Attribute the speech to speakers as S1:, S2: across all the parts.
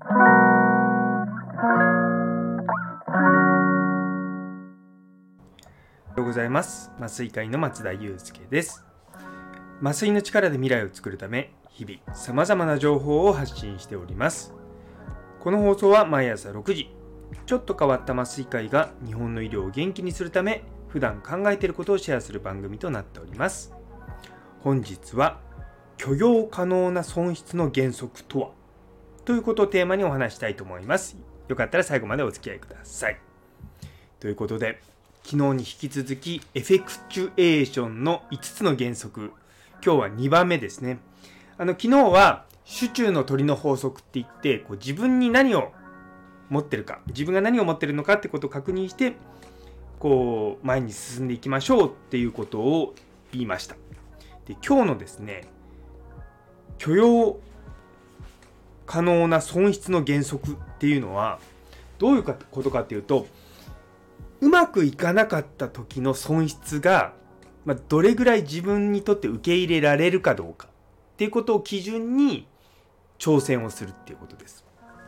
S1: おはようございます。麻酔科医の松田祐介です。麻酔の力で未来を作るため、日々様々な情報を発信しております。この放送は毎朝6時、ちょっと変わった麻酔科医が日本の医療を元気にするため、普段考えていることをシェアする番組となっております。本日は、許容可能な損失の原則とはということをテーマにお話したいと思います。よかったら最後までお付き合いください。ということで、昨日に引き続きエフェクチュエーションの5つの原則、今日は2番目ですね。昨日は手中の鳥の法則って言って、自分に何を持ってるか、自分が何を持ってるのかってことを確認して、前に進んでいきましょうっていうことを言いました。で、今日のですね、許容可能な損失の原則っていうのはどういうことかっていうと、うまくいかなかった時の損失が、どれぐらい自分にとって受け入れられるかどうかっていうことを基準に挑戦をするっていうことです。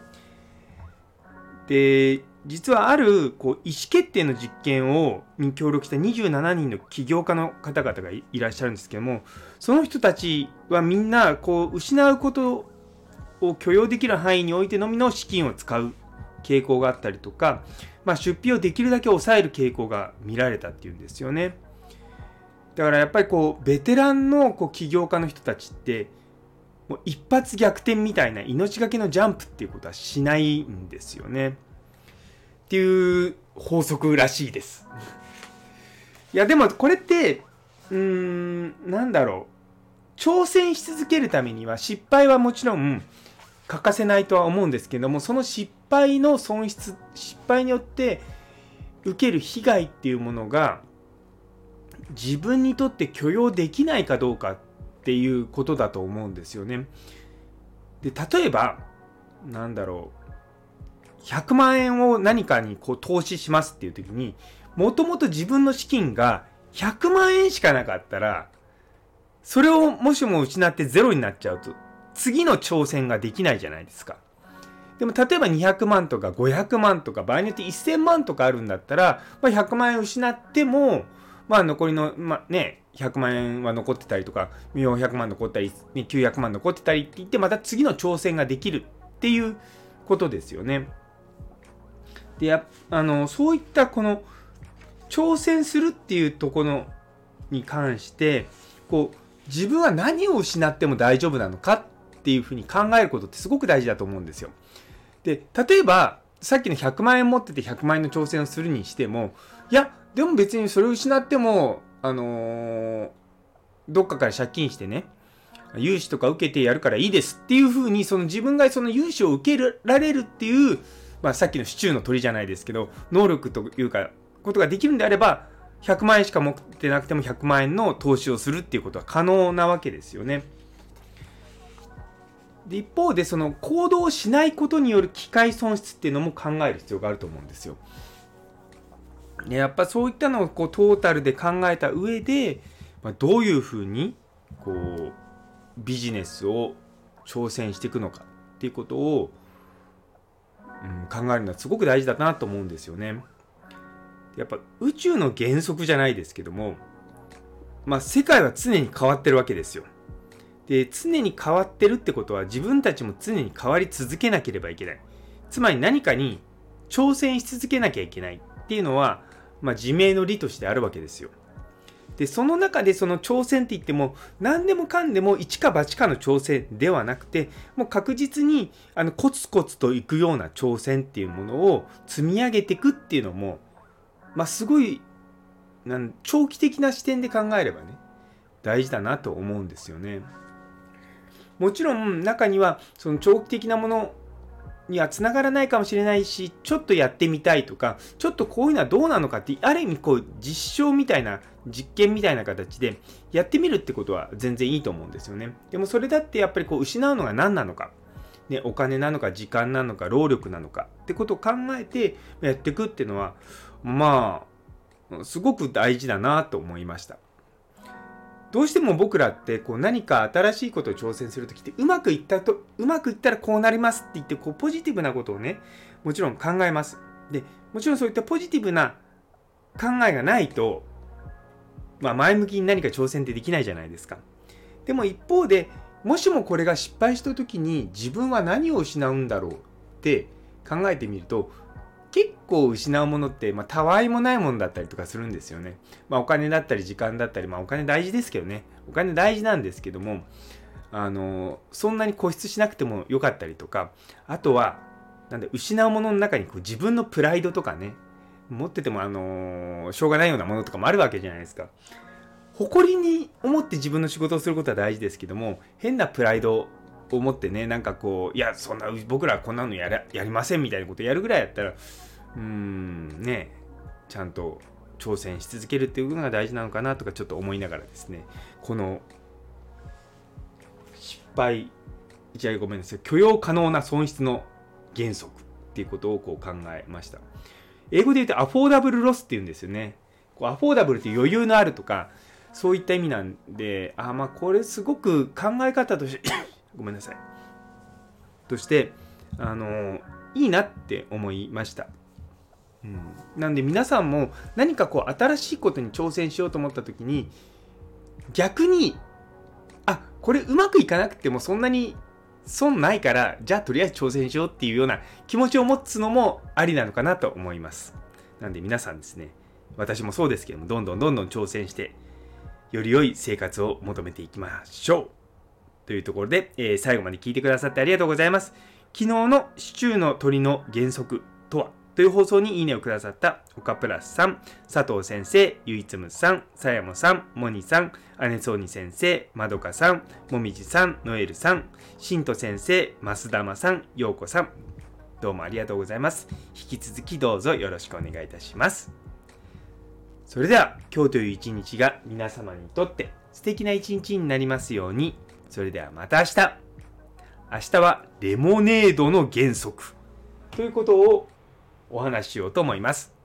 S1: で、実はある意思決定の実験に協力した27人の起業家の方々がいらっしゃるんですけども、その人たちはみんな失うことを許容できる範囲においてのみの資金を使う傾向があったりとか、出費をできるだけ抑える傾向が見られたっていうんですよね。だからやっぱりベテランの起業家の人たちってもう一発逆転みたいな命がけのジャンプっていうことはしないんですよねっていう法則らしいです。いやでもこれって挑戦し続けるためには失敗はもちろん欠かせないとは思うんですけども、その失敗の損失、失敗によって受ける被害っていうものが自分にとって許容できないかどうかっていうことだと思うんですよね。で、例えば100万円を何かに投資しますっていう時に、もともと自分の資金が100万円しかなかったら、それをもしも失ってゼロになっちゃうと次の挑戦ができないじゃないですか。でも例えば200万とか500万とか場合によって1000万とかあるんだったら、100万円失っても、残りの、100万円は残ってたりとか、400万残ったり、900万残ってたりって言って、また次の挑戦ができるっていうことですよね。で、そういった挑戦するっていうところに関して、自分は何を失っても大丈夫なのかっていうふうに考えることってすごく大事だと思うんですよ。で、例えばさっきの100万円持ってて100万円の挑戦をするにしても、いやでも別にそれを失ってもどっかから借金してね、融資とか受けてやるからいいですっていうふうに、自分がその融資を受けられるっていう、さっきの手中の鳥じゃないですけど、能力というかことができるんであれば、100万円しか持ってなくても100万円の投資をするっていうことは可能なわけですよね。で、一方で行動をしないことによる機会損失っていうのも考える必要があると思うんですよ。で、やっぱそういったのをトータルで考えた上で、どういうふうにビジネスを挑戦していくのかっていうことを、考えるのはすごく大事だなと思うんですよね。やっぱ宇宙の原則じゃないですけども、世界は常に変わってるわけですよ。で、常に変わってるってことは自分たちも常に変わり続けなければいけない。つまり何かに挑戦し続けなきゃいけないっていうのは、自明の理としてあるわけですよ。で、その中でその挑戦って言っても、何でもかんでも一か八かの挑戦ではなくて、もう確実にコツコツといくような挑戦っていうものを積み上げていくっていうのも、すごい長期的な視点で考えればね、大事だなと思うんですよね。もちろん中にはその長期的なものにはつながらないかもしれないし、ちょっとやってみたいとか、ちょっとこういうのはどうなのかって、ある意味実証みたいな、実験みたいな形でやってみるってことは全然いいと思うんですよね。でもそれだってやっぱり失うのが何なのか、ね、お金なのか時間なのか労力なのかってことを考えてやっていくっていうのは、すごく大事だなと思いました。 どうしても僕らってこう何か新しいことを挑戦するときってうまくいったらこうなりますって言ってこうポジティブなことをね、もちろん考えます。で、もちろんそういったポジティブな考えがないと、前向きに何か挑戦ってできないじゃないですか。でも一方で、もしもこれが失敗したときに自分は何を失うんだろうって考えてみると、結構失うものって、たわいもないものだったりとかするんですよね。お金だったり時間だったり、お金大事ですけどね。お金大事なんですけども、そんなに固執しなくてもよかったりとか、あとは、失うものの中にこう自分のプライドとかね、持ってても、しょうがないようなものとかもあるわけじゃないですか。誇りに思って自分の仕事をすることは大事ですけども、変なプライドを持ってね、いや、そんな、僕らはこんなのやりませんみたいなことやるぐらいやったら、ね、ちゃんと挑戦し続けるっていうのが大事なのかなとかちょっと思いながらですね、このごめんなさい、許容可能な損失の原則っていうことをこう考えました。英語で言うとアフォーダブルロスっていうんですよね。アフォーダブルって余裕のあるとか、そういった意味なんで、これすごく考え方としてごめんなさい。として、いいなって思いました。なんで皆さんも何かこう新しいことに挑戦しようと思った時に、逆に、これうまくいかなくてもそんなに損ないから、じゃあとりあえず挑戦しようっていうような気持ちを持つのもありなのかなと思います。なんで皆さんですね、私もそうですけども、どんどん挑戦して、より良い生活を求めていきましょう。というところで、最後まで聞いてくださってありがとうございます。昨日のシチューの鳥の原則とはという放送にいいねをくださった岡プラスさん、佐藤先生、ゆいつむさん、さやもさん、もにさん、姉そうに先生、まどかさん、もみじさん、のえるさん、しんと先生、ますだまさん、ようこさん、どうもありがとうございます。引き続きどうぞよろしくお願いいたします。それでは今日という一日が皆様にとって素敵な一日になりますように。それではまた明日。明日はレモネードの原則ということをお話ししようと思います。